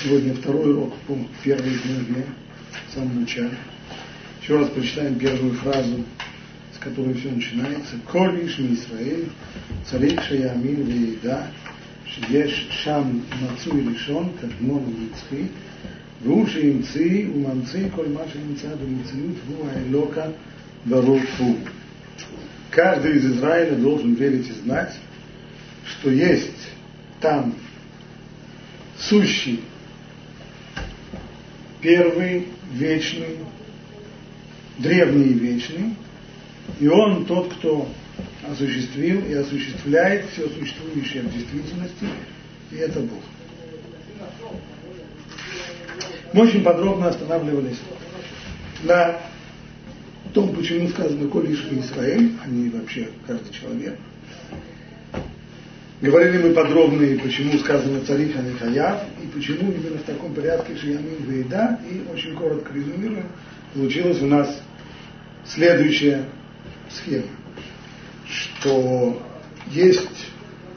Сегодня второй урок по первой главе, в самом начале. Еще раз прочитаем первую фразу, с которой все начинается. «Коль иш миисраэль, царих шеямин вееда, шееш шам мацуй ришон, кадмон мицхи, והוא שהמציא וממציא כל מה שנמצא במציאות והוא האלוקה ברוך הוא». Каждый из Израиля должен верить и знать, что есть там сущий, первый, вечный, древний и вечный, и он тот, кто осуществил и осуществляет все существующее в действительности, и это Бог. Мы очень подробно останавливались на том, почему сказано «Коль иш миисраэль», а не вообще каждый человек. Говорили мы подробно, и почему сказано «Царих, а не хаяв», и почему именно в таком порядке «Шеямин вееда», и очень коротко резюмируем, получилась у нас следующая схема, что есть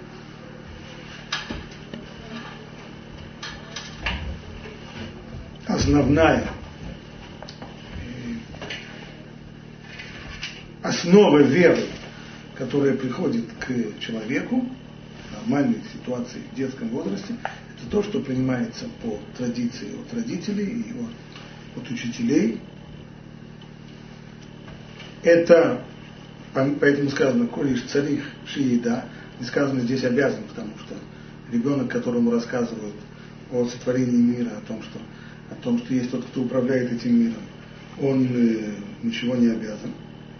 основная основа веры, которая приходит к человеку в нормальной ситуации в детском возрасте, это то, что принимается по традиции от родителей и от учителей. Это, поэтому сказано «Коль иш царих шееда», не сказано здесь «обязан», потому что ребенок, которому рассказывают о сотворении мира, о том, что есть тот, кто управляет этим миром, он ничего не обязан.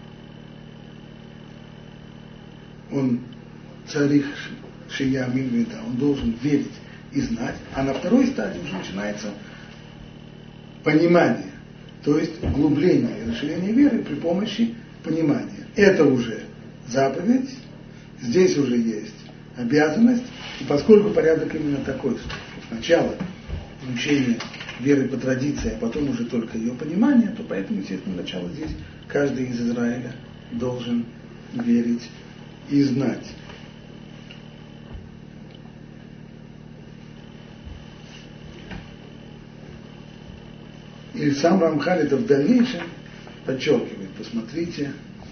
Он царих шеямин вееда, он должен верить и знать, а на второй стадии уже начинается понимание, то есть углубление и расширение веры при помощи понимания. Это уже заповедь, здесь уже есть обязанность, и поскольку порядок именно такой, что сначала учение веры по традиции, а потом уже только ее понимание, то поэтому, естественно, начало здесь каждый из Израиля должен верить и знать. И сам Рамхаль это в дальнейшем подчеркивает. Посмотрите.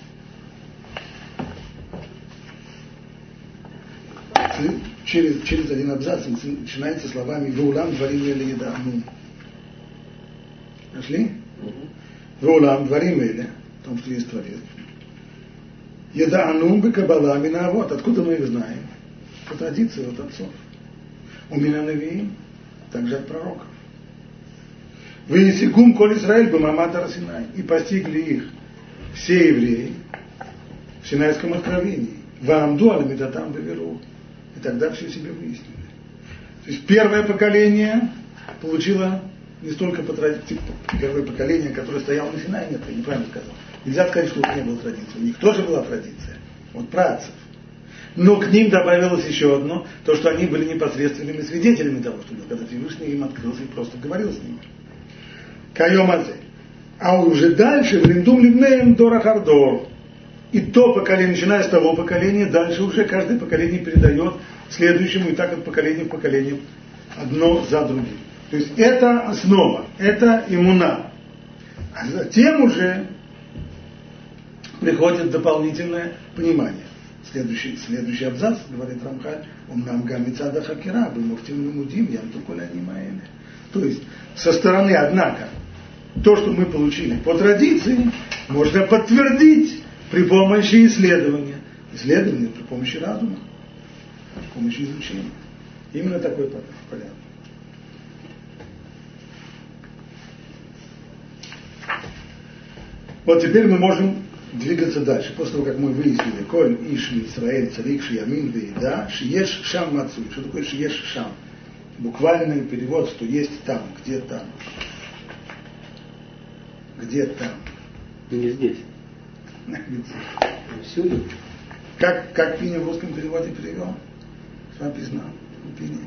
Через один абзац начинается словами «Веулам дворим эле едану». Нашли? «Веулам дворим эле», в том, что есть Творец. «Едану бекабала минавот». Откуда мы их знаем? По традиции от отцов. У минанавиим, также от пророков. «Веесигум коль Израиль бамамат ар-Синай». И постигли их все евреи в Синайском откровении. «Ваамду аль мидатам беверу». И тогда все себе выяснили. То есть первое поколение получило не столько по традиции, первое поколение, которое стояло на Синае, нет, я неправильно сказал. Нельзя сказать, что у них не было традиции. У них тоже была традиция, от праотцев. Но к ним добавилось еще одно, то, что они были непосредственными свидетелями того, что было, когда Всевышний им открылся и просто говорил с ними. Кайомазе. А уже дальше, в Линдум Ливнеем Дорахардор. И то поколение, начиная с того поколения, дальше уже каждое поколение передает следующему, и так от поколения в поколение, одно за другим. То есть это основа, это иммуна. А затем уже приходит дополнительное понимание. Следующий абзац, говорит Рамхаль, «Умнам гамицада хакира, бымуфтим лимудим, ямту коля нимаэле». То есть, со стороны, однако, то, что мы получили по традиции, можно подтвердить при помощи исследования. Исследования при помощи разума, при помощи изучения. Именно такой порядок. Вот теперь мы можем двигаться дальше. После того, как мы выяснили, коль иш миисраэль царих шеямин вееда, шиеш шам мацуй. Что такое шиеш шам? Буквальный перевод, что есть там, где там. Где там? Не здесь. Всюду. Как Пиня в русском переводе перевел? Что написано у Пини?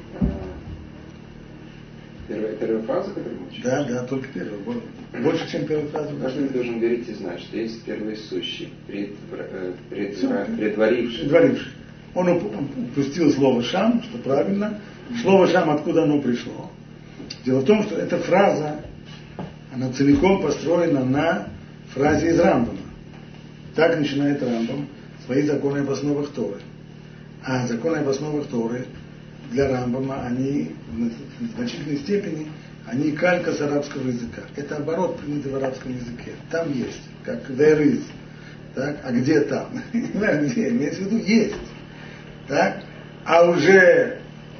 Первая фраза, которую мы учили? Да, только первая. Больше, чем первая фраза. Каждый должен верить и знать, что есть первый сущий, предваривший. Предваривший. Он упустил слово «шам», что правильно. Слово «шам» откуда оно пришло? Дело в том, что эта фраза, она целиком построена на фразе из Рамбама. Так начинает Рамбам свои законы об основах Торы. А законы об основах Торы для Рамбама, они в значительной степени, они калька с арабского языка. Это оборот, принятый в арабском языке. Там есть, как there is. Так? А где там? Где? Имеется в виду есть. Так? А уже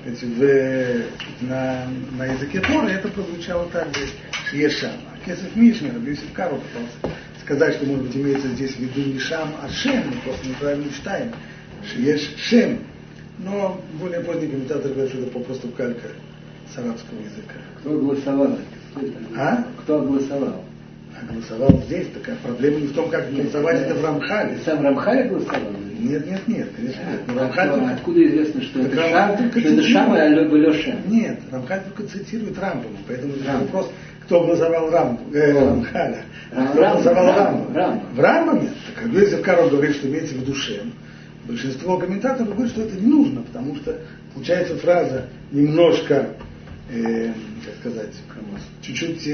на языке Торы это прозвучало так же, Шешам. А Кесов Мишна, Рабиусиф Кару пытался сказать, что, может быть, имеется здесь в виду не Шам, а Шем, мы просто неправильно читаем. Шеш Шем. Но более поздние комментаторы говорят, что это попросту калька с арабского языка. Кто голосовал? А? Кто голосовал? А голосовал здесь. Такая проблема не в том, как голосовать это в Рамхале. Сам Рамхаль голосовал? Нет, конечно, нет. Но Рамхаль откуда известно, что это Шам, что это Шам, а Лё Шем? Нет, Рамхаль только цитирует Рамбама, поэтому это вопрос, кто голосовал Рамхаля. Кто голосовал Рамбама? В Рамбаме, как Йосеф Каров говорит, что имеется в виду Шем, большинство комментаторов говорит, что это не нужно, потому что получается фраза немножко, как сказать, чуть-чуть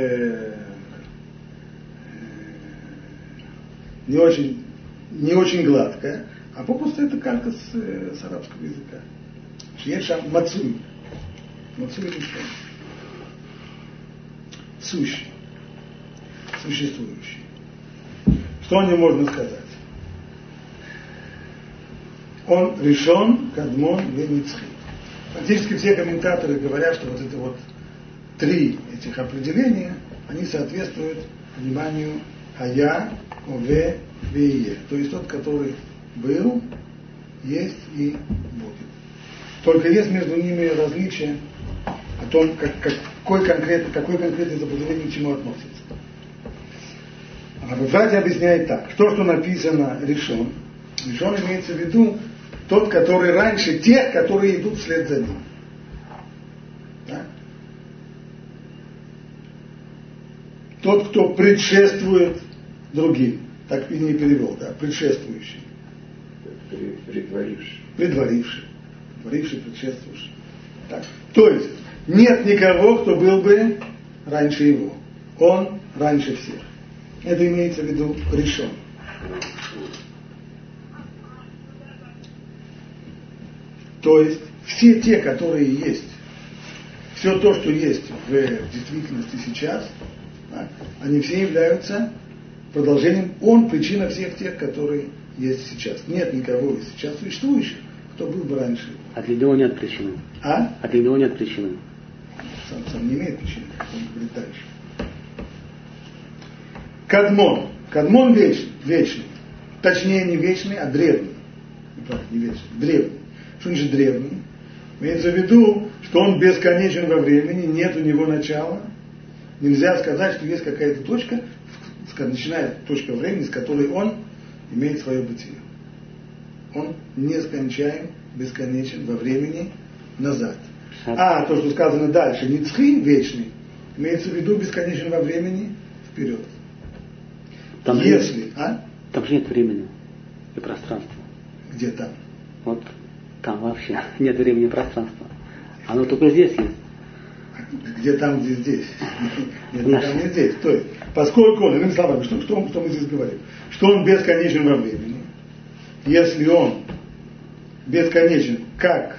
не очень гладкая, а попросту это калька с арабского языка. Есть шам мацуй. Мацуй или что? Сущий. Существующий. Что о нем можно сказать? Он решен, кадмон, веницхи. Практически все комментаторы говорят, что вот это вот три этих определения, они соответствуют пониманию Ая, Ове, Вее. То есть тот, который был, есть и будет. Только есть между ними различия о том, какое конкретное определение к чему относится. А Рафати объясняет так. То, что написано решен, решен имеется в виду тот, который раньше тех, которые идут вслед за ним. Да? Тот, кто предшествует другим. Так и не перевел, да, предшествующий. Предваривший. Предваривший, предшествующий. Так. То есть, нет никого, кто был бы раньше его. Он раньше всех. Это имеется в виду решен. То есть, все те, которые есть, все то, что есть в действительности сейчас, да, они все являются продолжением, он причина всех тех, которые есть сейчас. Нет никого из сейчас существующих, кто был бы раньше. А для него нет причины. А? А для него нет причины. Сам не имеет причины, как он говорит дальше. Кадмон. Кадмон вечный. Точнее, не вечный, а древний. Неправильно, не вечный, древний. Что значит древний? Имеется в виду, что он бесконечен во времени, нет у него начала. Нельзя сказать, что есть какая-то точка, начиная точка времени, с которой он имеет свое бытие. Он нескончаем, бесконечен во времени назад. А то, что сказано дальше, ницхи, вечный, имеется в виду бесконечен во времени вперед. Там Если, там же нет времени и пространства. Где там? Вот там вообще нет времени и пространства. Оно только здесь есть. Где там, где здесь? Нет, там не здесь. То есть, поскольку он, иными словами, что мы здесь говорим? Что он бесконечен во времени. Если он бесконечен как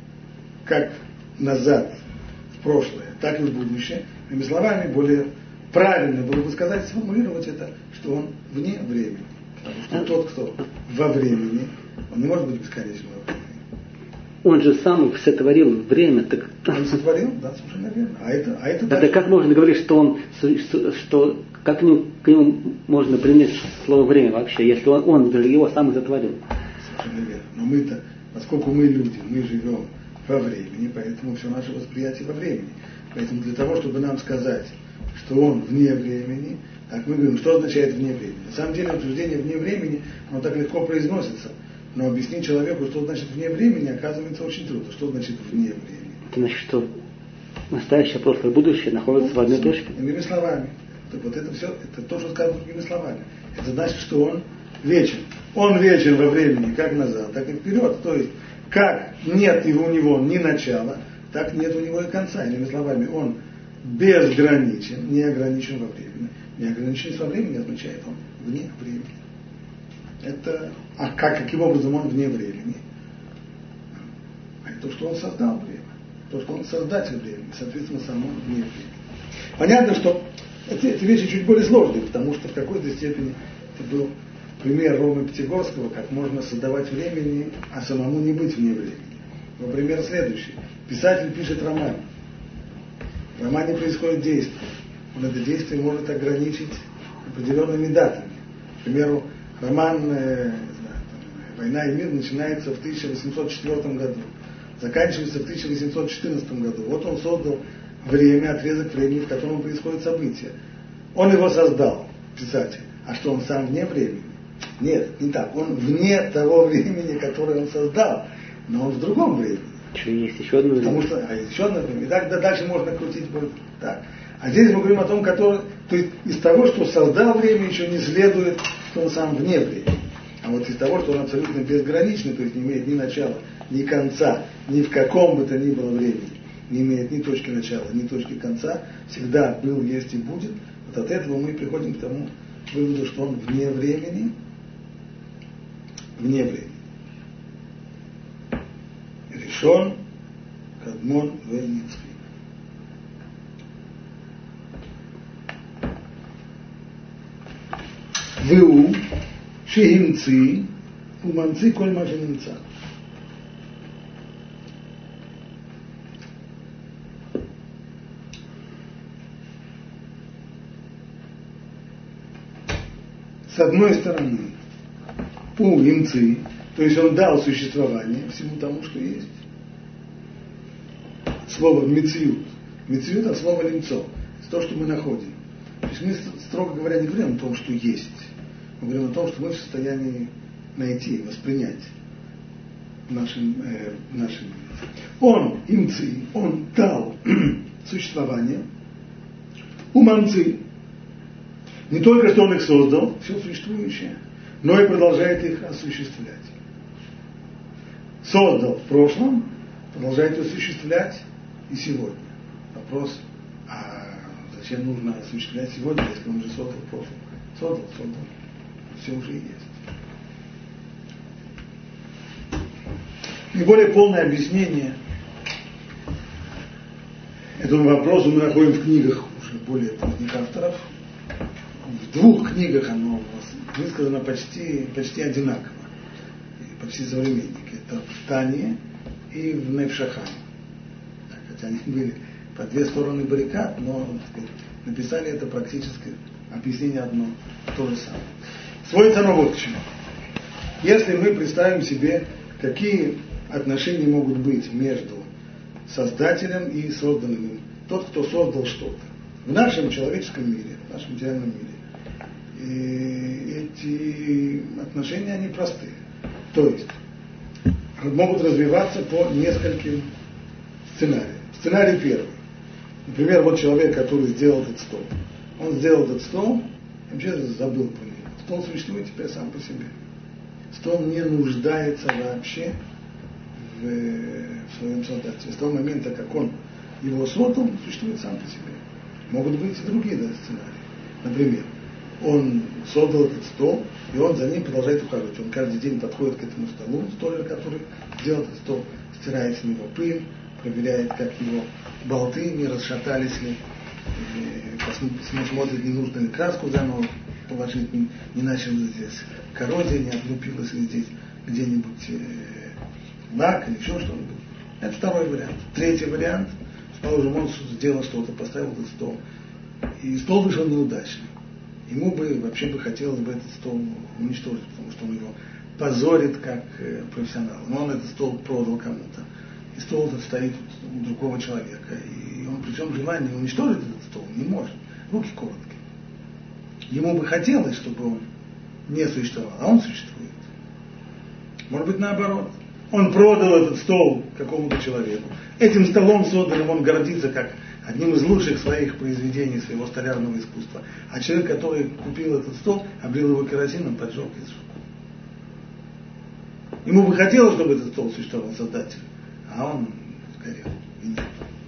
назад в прошлое, так и в будущее, иными словами, более правильно было бы сказать, сформулировать это, что он вне времени. Потому что тот, кто во времени, он не может быть бесконечен во времени. Он же сам сотворил время, так... Он сотворил, да, совершенно верно. А это тогда дальше... как можно говорить, что как к нему можно применить слово время вообще, если он же его сам и сотворил? Совершенно верно. Но мы-то, поскольку мы люди, мы живем во времени, поэтому все наше восприятие во времени. Поэтому для того, чтобы нам сказать, что он вне времени, так мы говорим, что означает вне времени. На самом деле утверждение вне времени, оно так легко произносится. Но объяснить человеку, что значит вне времени, оказывается очень трудно. Что значит вне времени? Это значит, что настоящее, прошлое, будущее находятся в одной точке. Другими словами. Так вот это все, это то, что сказано другими словами. Это значит, что он вечен. Он вечен во времени как назад, так и вперед. То есть, как нет у него ни начала, так нет у него и конца. Иными словами, он безграничен, не ограничен во времени. Неограниченность во времени означает, он вне времени. Каким образом он вне времени? То, что он создал время. То, что он создатель времени, соответственно, само вне времени. Понятно, что эти вещи чуть более сложные, потому что в какой-то степени это был пример Ромы Пятигорского, как можно создавать времени, а самому не быть вне времени. Но пример следующий. Писатель пишет роман. В романе происходит действие. Он это действие может ограничить определенными датами. К примеру, роман «Война и мир» начинается в 1804 году, заканчивается в 1814 году. Вот он создал время, отрезок времени, в котором происходит событие. Он его создал, писатель. А что, он сам вне времени? Нет, не так. Он вне того времени, которое он создал, но он в другом времени. Есть еще одно время. Потому что, еще одно время. И так дальше можно крутить. Так. А здесь мы говорим о том, то есть из того, что создал время, еще не следует, что он сам вне времени. А вот из того, что он абсолютно безграничный, то есть не имеет ни начала, ни конца, ни в каком бы то ни было времени, не имеет ни точки начала, ни точки конца, всегда был, есть и будет, вот от этого мы приходим к тому выводу, что он вне времени, решен, кадмон, вейницкий. והוא שהמציא וממציא כל מה שנמצא. С одной стороны, умцы, то есть он дал существование всему тому, что есть. Слово мециют. Мециют от слова лимцо. То, что мы находим. То есть мы, строго говоря, не говорим о том, что есть. Мы говорим о том, что мы в состоянии найти, воспринять нашим. Он, имцы, он дал существование. Уманцы. Не только что он их создал, все существующее, но и продолжает их осуществлять. Создал в прошлом, продолжает осуществлять и сегодня. Вопрос, а зачем нужно осуществлять сегодня, если он уже создал в прошлом? Создал. Все уже есть. Наиболее полное объяснение этому вопросу мы находим в книгах уже более поздних авторов. В двух книгах оно высказано почти одинаково, почти современники. Это в Тане и в Невшахане. Хотя они были по две стороны баррикад, но написали это практически объяснение одно, то же самое. Сводится оно вот к чему. Если мы представим себе, какие отношения могут быть между создателем и созданным им, тот, кто создал что-то. В нашем человеческом мире, в нашем материальном мире, эти отношения, они простые. То есть, могут развиваться по нескольким сценариям. Сценарий первый. Например, вот человек, который сделал этот стол. Он сделал этот стол, и вообще забыл про него. Стол существует теперь сам по себе. Стол не нуждается вообще в своем создателе. С того момента, как он его создал, он существует сам по себе. Могут быть и другие сценарии. Например, он создал этот стол, и он за ним продолжает ухаживать. Он каждый день подходит к этому столу, столер, который сделал этот стол, стирает с него пыль, проверяет, как его болты не расшатались ли, смотрит, не нужно ли краску заново положить, не начала здесь коррозия, не облупилась ли здесь где-нибудь лак или еще что-нибудь. Это второй вариант. Третий вариант, положим, он сделал что-то, поставил этот стол, и стол вышел неудачный. Ему бы вообще хотелось бы этот стол уничтожить, потому что он его позорит как профессионал. Но он этот стол продал кому-то. И стол этот стоит у другого человека. И он при всем желании уничтожить этот стол не может. Руки короткие. Ему бы хотелось, чтобы он не существовал, а он существует. Может быть, наоборот. Он продал этот стол какому-то человеку. Этим столом созданным он гордится как одним из лучших своих произведений, своего столярного искусства. А человек, который купил этот стол, облил его керосином, поджег и сжег. Ему бы хотелось, чтобы этот стол существовал, создатель, а он сгорел. нет.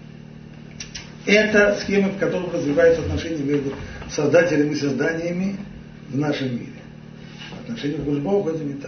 Это схема, в которой развиваются отношения между создателем и созданиями в нашем мире. Отношения к Богу это не так.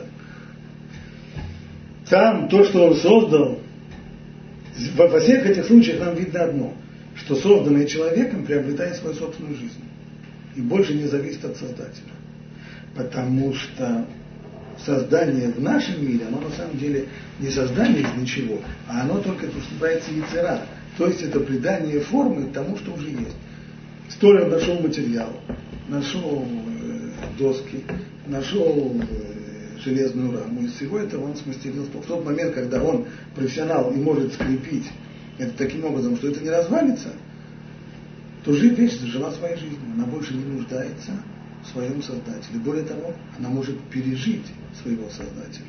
Там то, что он создал, во всех этих случаях нам видно одно, что созданное человеком приобретает свою собственную жизнь и больше не зависит от создателя. Потому что создание в нашем мире, оно на самом деле не создание из ничего, а оно только, то, что называется, яцера. То есть это придание формы тому, что уже есть. Столяр нашел материал, нашел доски, нашел железную раму. Из всего этого он смастерил стол. В тот момент, когда он профессионал и может скрепить это таким образом, что это не развалится, то вещь зажила своей жизнью. Она больше не нуждается в своем создателе. Более того, она может пережить своего создателя.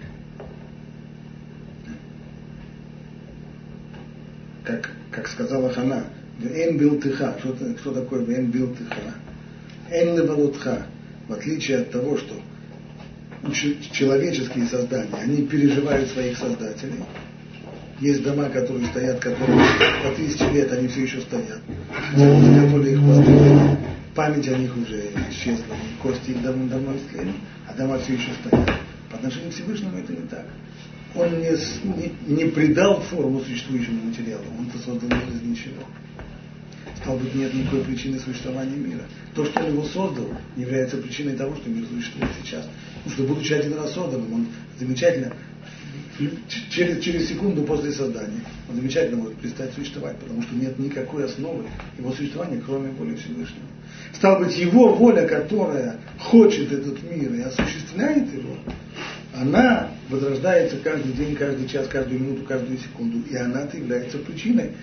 Как сказала Хана, «Эн бил тыха». Что такое «Эн бил тыха»? «Эн левалутха». В отличие от того, что человеческие создания, они переживают своих создателей. Есть дома, которые стоят, которые по 1000 лет, они все еще стоят. Которые их построили, память о них уже исчезла, кости их давно истлели, а дома все еще стоят. По отношению к Всевышнему это не так. Он не придал форму существующему материалу, он-то создал мир из ничего. Стало быть, нет никакой причины существования мира. То, что он его создал, не является причиной того, что мир существует сейчас. Потому что, будучи один раз созданным, он замечательно, через секунду после создания, он замечательно может перестать существовать, потому что нет никакой основы его существования, кроме воли Всевышнего. Стало быть, его воля, которая хочет этот мир и осуществляет его, она возрождается каждый день, каждый час, каждую минуту, каждую секунду. И она-то является причиной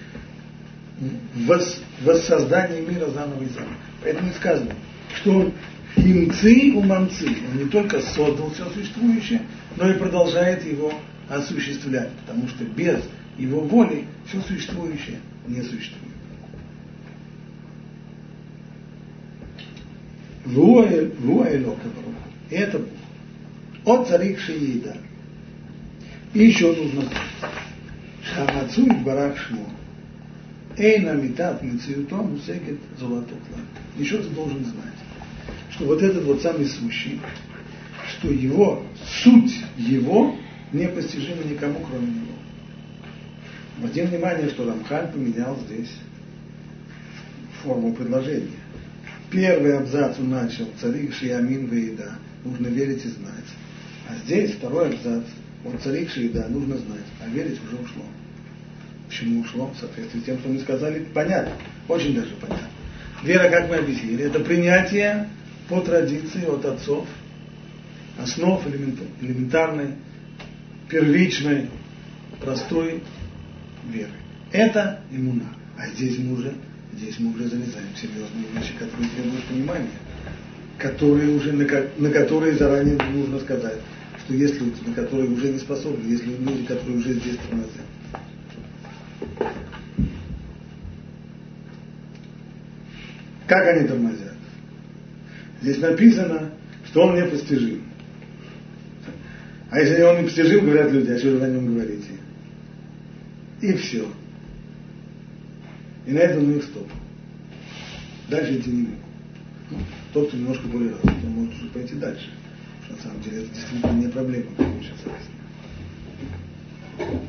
воссоздания мира заново и заново. Поэтому и сказано, что он химцы уманцы. Он не только создал все существующее, но и продолжает его осуществлять. Потому что без его воли все существующее не существует. Это Бог. От царик шиида. И еще нужно знать. Шамацуй барах шмо. Эйна митат мициютом усекет золототла. Еще ты должен знать, что вот этот вот самый сущий, что его, суть его непостижима никому, кроме него. Обратим внимание, что Рамхаль поменял здесь форму предложения. Первый абзац он начал царик шиямин веида. Нужно верить и знать. А здесь второй абзац. Вот царик шиида, нужно знать. А верить уже ушло. Почему ушло? В соответствии с тем, что мы сказали, понятно. Очень даже понятно. Вера, как мы объяснили, это принятие по традиции от отцов основ элементарной, первичной, простой веры. Это иммуна. А здесь мы уже залезаем в серьезные вещи, которые требуют понимания, на которые заранее нужно сказать, что есть люди, на которые уже не способны, есть люди, которые уже здесь тормозят. Как они тормозят? Здесь написано, что он непостижим. А если он непостижим, говорят люди, а что вы о нем говорите? И все. И на этом у них стоп. Дальше идти не могут. Тот, кто немножко более развит, он может уже пойти дальше. Потому что на самом деле это действительно не проблема, как мы сейчас объясним.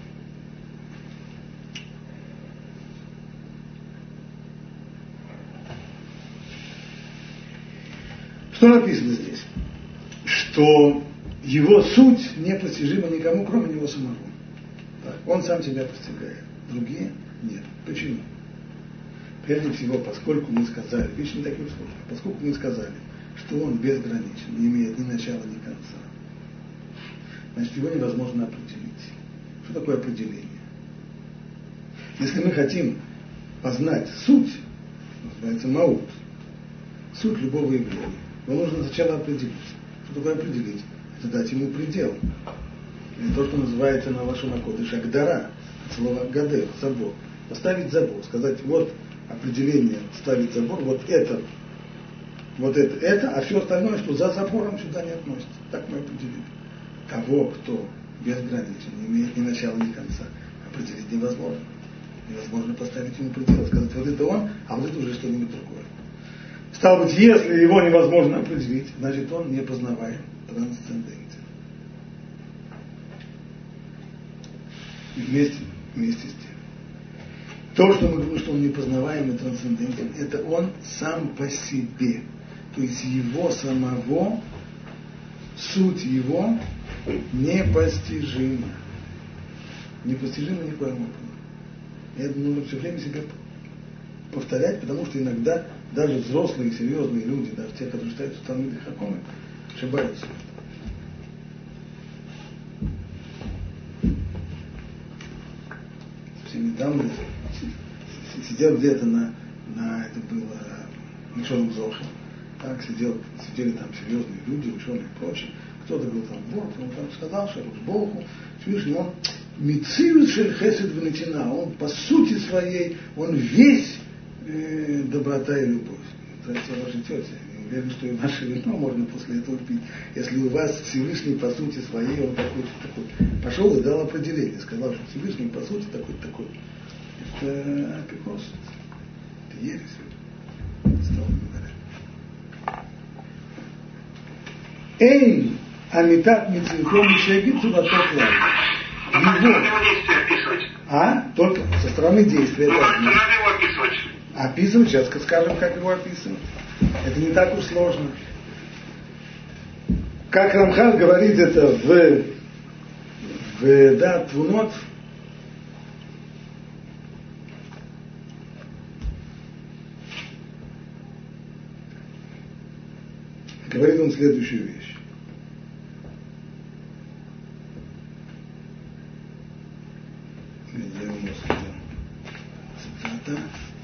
Что написано здесь? Что его суть непостижима никому, кроме него самого. Так, он сам себя постигает. Другие нет. Почему? Прежде всего, поскольку мы сказали, вещь не таким сложным, поскольку мы сказали, что он безграничен, не имеет ни начала, ни конца, значит, его невозможно определить. Что такое определение? Если мы хотим познать суть, называется маут, суть любого явления, но нужно сначала определить. Что такое определить? Это дать ему предел. Это то, что называется на вашем акодыш агдара, от слова гадер, забор. Поставить забор, сказать, вот определение, ставить забор, вот это, а все остальное, что за забором, сюда не относится. Так мы определили. Того, кто безграничен, не имеет ни начала, ни конца, определить невозможно. Невозможно поставить ему предел, сказать, вот это он, а вот это уже что-нибудь другое. Стало быть, если его невозможно определить, значит он непознаваем, трансцендентен. Вместе с тем. То, что мы говорим, что он непознаваем и трансцендентен, это он сам по себе. То есть его самого, суть его непостижима. Непостижима никоим образом. И это нужно все время себе повторять, потому что иногда даже взрослые, серьезные люди, даже те, которые считаются Талмидей Хахомим, ошибаются. Совсем недавно сидел где-то это было Мишон Зоха, так сидели там серьезные люди, ученые и прочее. Кто-то был там, вот, он там сказал, что Богу, Всевышний, он Мециус шель хесед венетина, он по сути своей, он весь доброта и любовь. Здравствуйте, ваша тетя. Я уверен, что и ваше вино можно после этого пить. Если у вас Всевышний по сути своей, он такой. Пошел и дал определение. Сказал, что Всевышний по сути такой. Это апикос. Это ересь. Стало говоря. Эй, амитат мицвихом мишайбит цубатот лай. Его. Только со стороны действия. Описывать, сейчас скажем, как его описывать. Это не так уж сложно. Как Рамхаль говорит это в Твунот, говорит он следующую вещь. Я ему сказал. Цитата.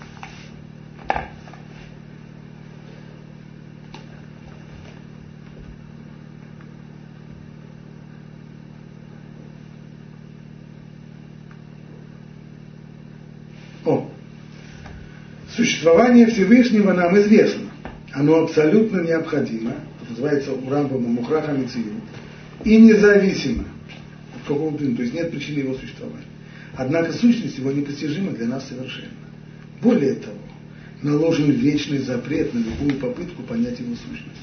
Существование Всевышнего нам известно. Оно абсолютно необходимо. Это называется у Рамбама Мухрах ха-мециют. И независимо от какого-то, то есть нет причины его существования. Однако сущность его непостижима для нас совершенно. Более того, наложен вечный запрет на любую попытку понять его сущность.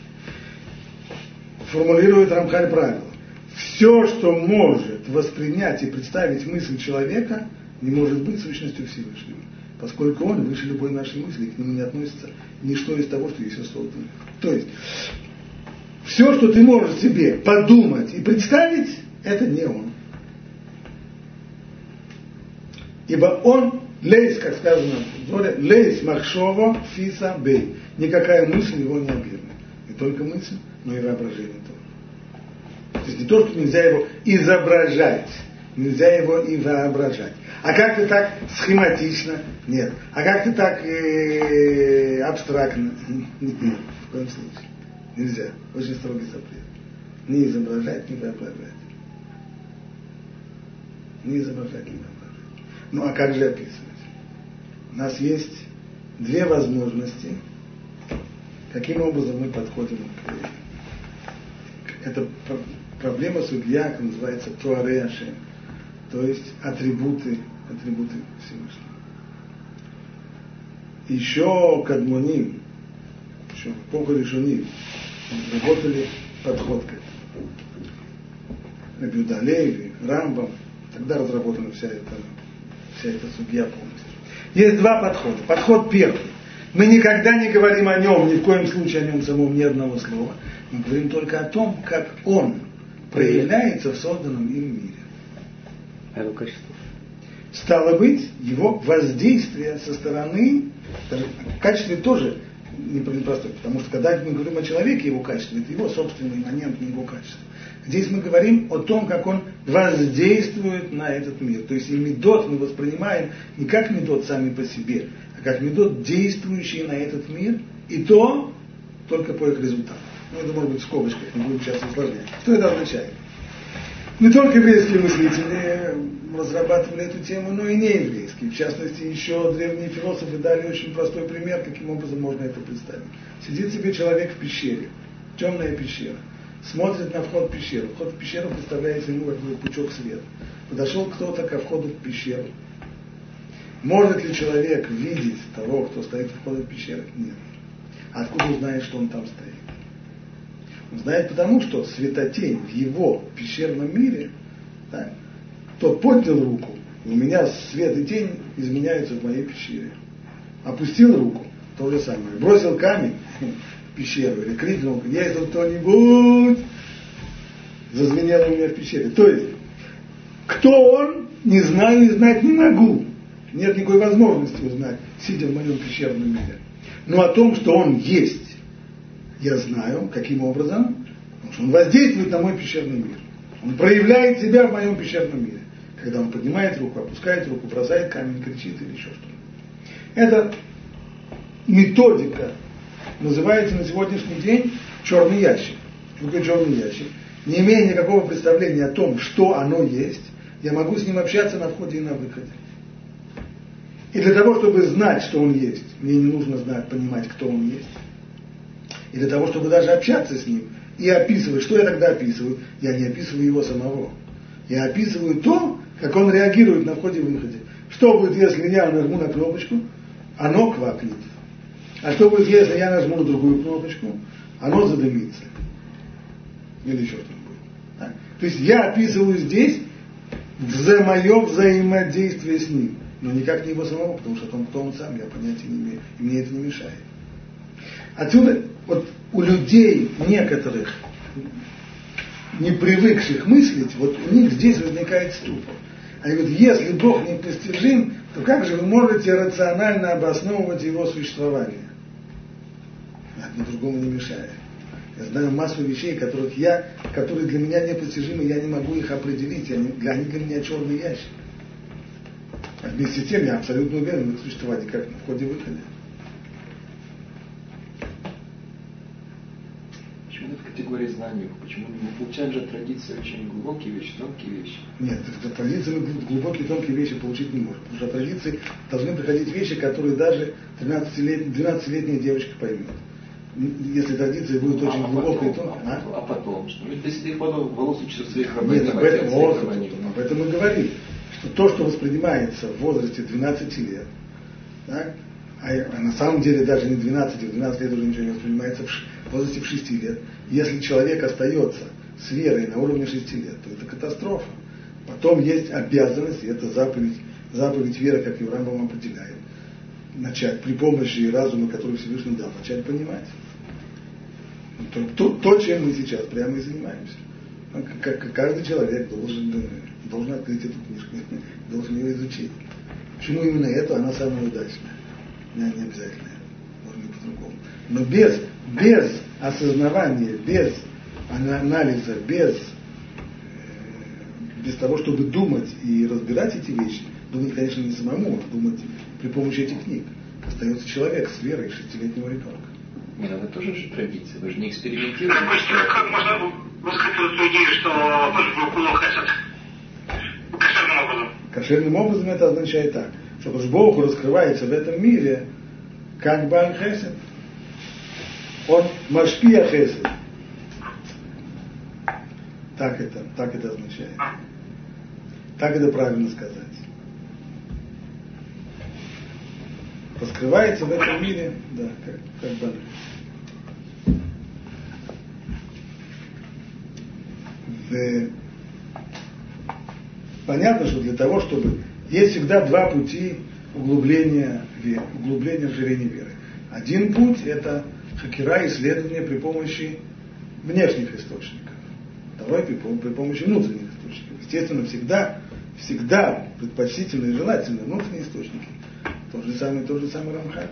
Формулирует Рамхаль правило. Все, что может воспринять и представить мысль человека, не может быть сущностью Всевышнего. Поскольку он выше любой нашей мысли, к нему не относится ничто из того, что еще создано. То есть, все, что ты можешь себе подумать и представить, это не он. Ибо он, лейс, как сказано в Зоре, лейс махшово фиса бей. Никакая мысль его не объемлет. Не только мысль, но и воображение тоже. То есть не то, что нельзя его изображать, нельзя его и воображать. А как-то так схематично? Нет. А как-то так абстрактно? Нет, в коем случае. Нельзя. Очень строгий запрет. Не изображать, не воображать. Не изображать, не воображать. Ну а как же описывать? У нас есть две возможности, каким образом мы подходим к это проблема судья, как называется, Туарей Ашем. То есть атрибуты Всевышнего. Еще Кадмоним, еще в эпоху Решоним, работали подход к этому. Раби Юда Алеви, Рамбам, тогда разработана вся эта судья полностью. Есть два подхода. Подход первый. Мы никогда не говорим о нем, ни в коем случае о нем самом ни одного слова. Мы говорим только о том, как он проявляется в созданном им мире. Его качество. Стало быть, его воздействие со стороны, даже в качестве тоже непростое, потому что когда мы говорим о человеке, его качестве, это его собственный момент, не его качество. Здесь мы говорим о том, как он воздействует на этот мир. То есть и медот мы воспринимаем не как медот сами по себе, а как медот, действующий на этот мир, и то только по их результатам. Ну, это может быть в скобочках, не будем сейчас усложнять. Что это означает? Не только еврейские мыслители разрабатывали эту тему, но и нееврейские. В частности, еще древние философы дали очень простой пример, каким образом можно это представить. Сидит себе человек в пещере, темная пещера. смотрит на вход в пещеру. Вход в пещеру представляется ему как бы пучок света. Подошел кто-то ко входу в пещеру. Может ли человек видеть того, кто стоит у входа в пещеру? Нет. А откуда он знает, что он там стоит? Он знает потому, что светотень в его пещерном мире, да, тот поднял руку, и у меня свет и тень изменяются в моей пещере. Опустил руку, то же самое. Бросил камень в пещеру или крикнул, есть тут кто-нибудь, зазвенело у меня в пещере. То есть, кто он, не знаю и знать не могу. Нет никакой возможности узнать, сидя в моем пещерном мире. Но о том, что он есть, я знаю. Каким образом? Потому что он воздействует на мой пещерный мир. Он проявляет себя в моем пещерном мире. Когда он поднимает руку, опускает руку, бросает камень, кричит или еще что-то. Эта методика называется на сегодняшний день черный ящик. Что такое черный ящик? Не имея никакого представления о том, что оно есть, я могу с ним общаться на входе и на выходе. И для того, чтобы знать, что он есть, мне не нужно знать, понимать, кто он есть. И для того, чтобы даже общаться с ним и описывать, что я тогда описываю, я не описываю его самого. Я описываю то, как он реагирует на входе и выходе. Что будет, если я нажму на кнопочку, оно квакнет. А что будет, если я нажму на другую кнопочку, оно задымится. Или еще что-нибудь. Так? То есть я описываю здесь мое взаимодействие с ним. Но никак не его самого, потому что о том, кто он сам, я понятия не имею. И мне это не мешает. Отсюда вот у людей некоторых, не привыкших мыслить, вот у них здесь возникает ступор. Они говорят, если Бог непостижим, то как же вы можете рационально обосновывать его существование? Одно другому не мешает. Я знаю массу вещей, которые для меня непостижимы, я не могу их определить, они для меня черный ящик. А вместе с тем я абсолютно уверен в их существовании, как на входе и выходе. Почему нет категории знаний? Почему мы получаем же традиции очень глубокие вещи, тонкие вещи? Нет, традиции мы глубокие тонкие вещи получить не можем. Потому что от традиции должны приходить вещи, которые даже 12-летняя девочка поймет. Если традиция будет очень глубокой и тонкой. А потом? Что? Ведь если их волос учатся своих рабочих. Нет, об этом мы говорим. Что то, что воспринимается в возрасте 12 лет, так, а на самом деле даже не 12, в 12 лет уже ничего не воспринимается в возрасте в 6 лет. Если человек остается с верой на уровне 6 лет, то это катастрофа. Потом есть обязанность, и это заповедь веры, как и Рамбам определяет, начать при помощи разума, который Всевышний дал, начать понимать. То, чем мы сейчас прямо и занимаемся. Каждый человек должен открыть эту книжку, должен ее изучить. Почему именно эту? Она самая удачная. Не обязательно. Может быть по-другому. Но без осознавания, без анализа, без того, чтобы думать и разбирать эти вещи, думать, конечно, не самому, а думать при помощи этих книг, остается человек с верой 6-летнего ребенка. Не надо тоже же традиции, вы же не экспериментируете. Как можно высказать эту идею, что Бог хесед? Кошерным образом. Кошерным образом это означает так, что Бог раскрывается в этом мире как Бааль Хесед. Он Машпия Хесед. Так это означает. Так это правильно сказать. Раскрывается в этом мире, да, как Бааль Хесед. Понятно, что для того, чтобы... Есть всегда два пути углубления расширения веры. Один путь – это хакера, исследование при помощи внешних источников. Второй – при помощи внутренних источников. Естественно, всегда предпочтительно и желательно внутренние источники. Тот же самый Рамхаль.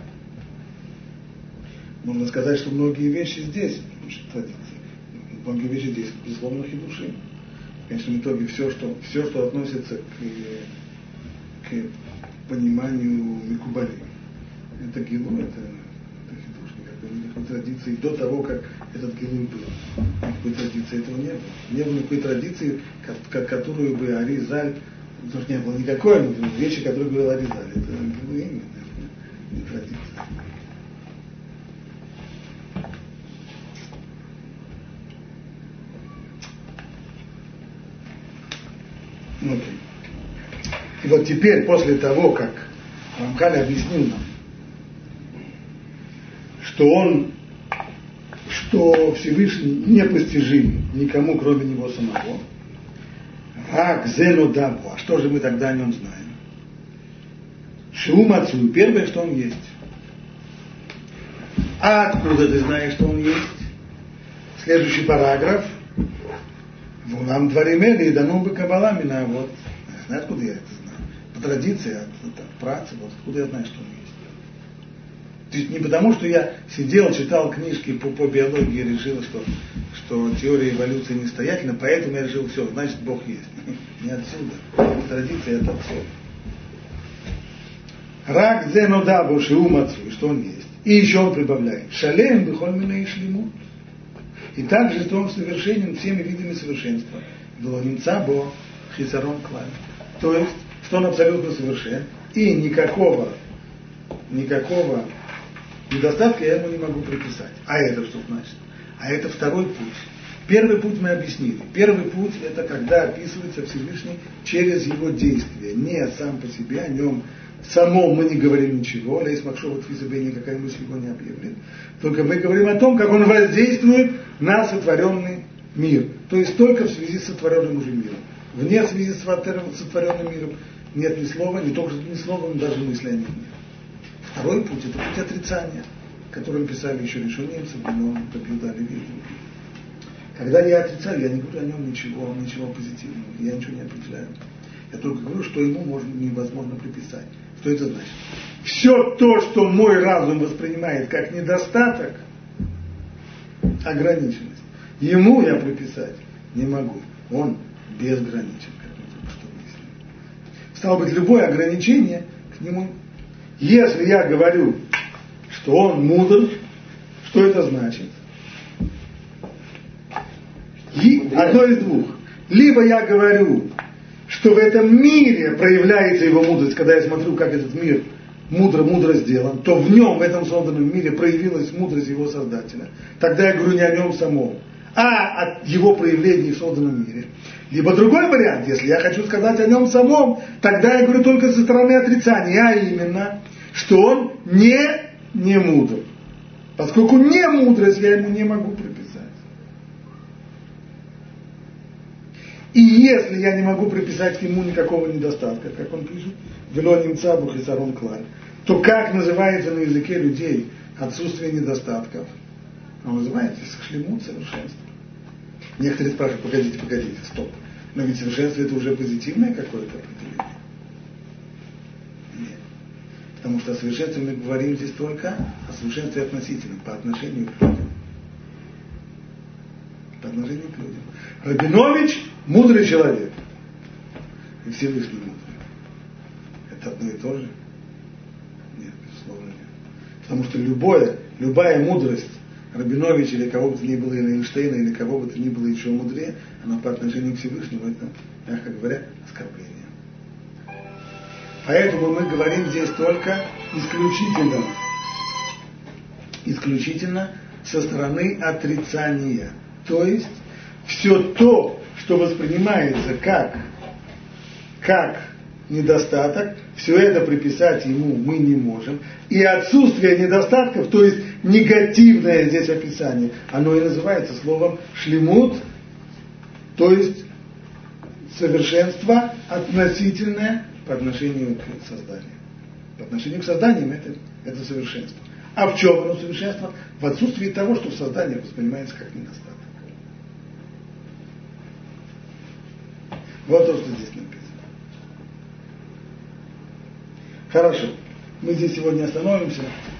Можно сказать, что многие вещи здесь, традиции, многие вещи здесь, безусловно, хидушим. В конечном итоге все, что относится к пониманию Микубали, это гилу, это хидуш. Никакой традиции до того, как этот гилу был. Никакой традиции этого не было. Не было никакой традиции, которую бы Аризаль, потому что не было никакой, но вещи, которые говорил Аризаль. Это гилу именно, не традиция. внутри. И вот теперь, после того, как Рамхаль объяснил нам, что Всевышний непостижим никому, кроме него самого, а что же мы тогда о нем знаем? Шум отцу, первое, что он есть. А откуда ты знаешь, что он есть? Следующий параграф. Вулам дворимели и дано бы кабаламина. Вот. Я знаю, откуда я это знаю. По традиции, от працы, вот откуда я знаю, что он есть. То есть не потому, что я сидел, читал книжки по биологии и решил, что теория эволюции несостоятельна, поэтому я решил, все, значит, Бог есть. Не отсюда. Традиция это отсюда. Рак зенодабу шиумацу, что он есть. И еще он прибавляет. Шалем бихольмина и шлемут. И также, что он совершенен всеми видами совершенства. Было немца бо хисарон клаль. То есть, что он абсолютно совершен. И никакого недостатка я ему не могу приписать. А это что значит? А это второй путь. Первый путь мы объяснили. Первый путь это когда описывается Всевышний через его действия. Не сам по себе, о нем самом мы не говорим ничего. Лейс Махшова Тфизабе никакая мысль его не объявлена. Только мы говорим о том, как он воздействует на сотворенный мир. То есть только в связи с сотворенным уже миром. Вне связи с сотворенным миром нет ни слова, ни слова, ни даже мысли о нем нет. Второй путь – это путь отрицания, которым писали еще решенийцы, но Рабиуда Леви. Когда я отрицаю, я не говорю о нем ничего позитивного, я ничего не определяю. Я только говорю, что ему невозможно приписать. Что это значит? Все то, что мой разум воспринимает как недостаток, ограниченность, ему я приписать не могу. Он безграничен, как мы только что выяснили. Стало быть, любое ограничение к нему. Если я говорю, что он мудр, что это значит? Одно из двух. Либо я говорю, что в этом мире проявляется его мудрость, когда я смотрю, как этот мир мудро сделан, то в нем, в этом созданном мире, проявилась мудрость его создателя. Тогда я говорю не о нем самом, а о его проявлении в созданном мире. Либо другой вариант, если я хочу сказать о нем самом, тогда я говорю только со стороны отрицания, а именно, что он не мудр. Поскольку не мудрость я ему не могу приписать. И если я не могу приписать ему никакого недостатка, как он пишет, «Вело немца бу хисарон клаль», то как называется на языке людей отсутствие недостатков? Оно называется шлемут, совершенство. Некоторые спрашивают, погодите, стоп. Но ведь совершенство это уже позитивное какое-то определение. Нет. Потому что о совершенстве мы говорим здесь только о совершенстве относительном, по отношению к людям. По отношению к людям. Рабинович мудрый человек. И Всевышний мудрый. Это одно и то же? Нет, безусловно нет. Потому что любая мудрость Рабиновича или кого бы то ни было, или Эйнштейна, или кого бы то ни было еще мудрее, она по отношению к Всевышнему, это, мягко говоря, оскорбление. Поэтому мы говорим здесь только исключительно со стороны отрицания. То есть все то, что воспринимается как недостаток, все это приписать ему мы не можем. И отсутствие недостатков, то есть негативное здесь описание, оно и называется словом шлемут, то есть совершенство относительное по отношению к созданию. По отношению к созданию это совершенство. А в чем оно совершенство? В отсутствии того, что в создании воспринимается как недостаток. Вот то, что здесь написано. Хорошо. Мы здесь сегодня остановимся.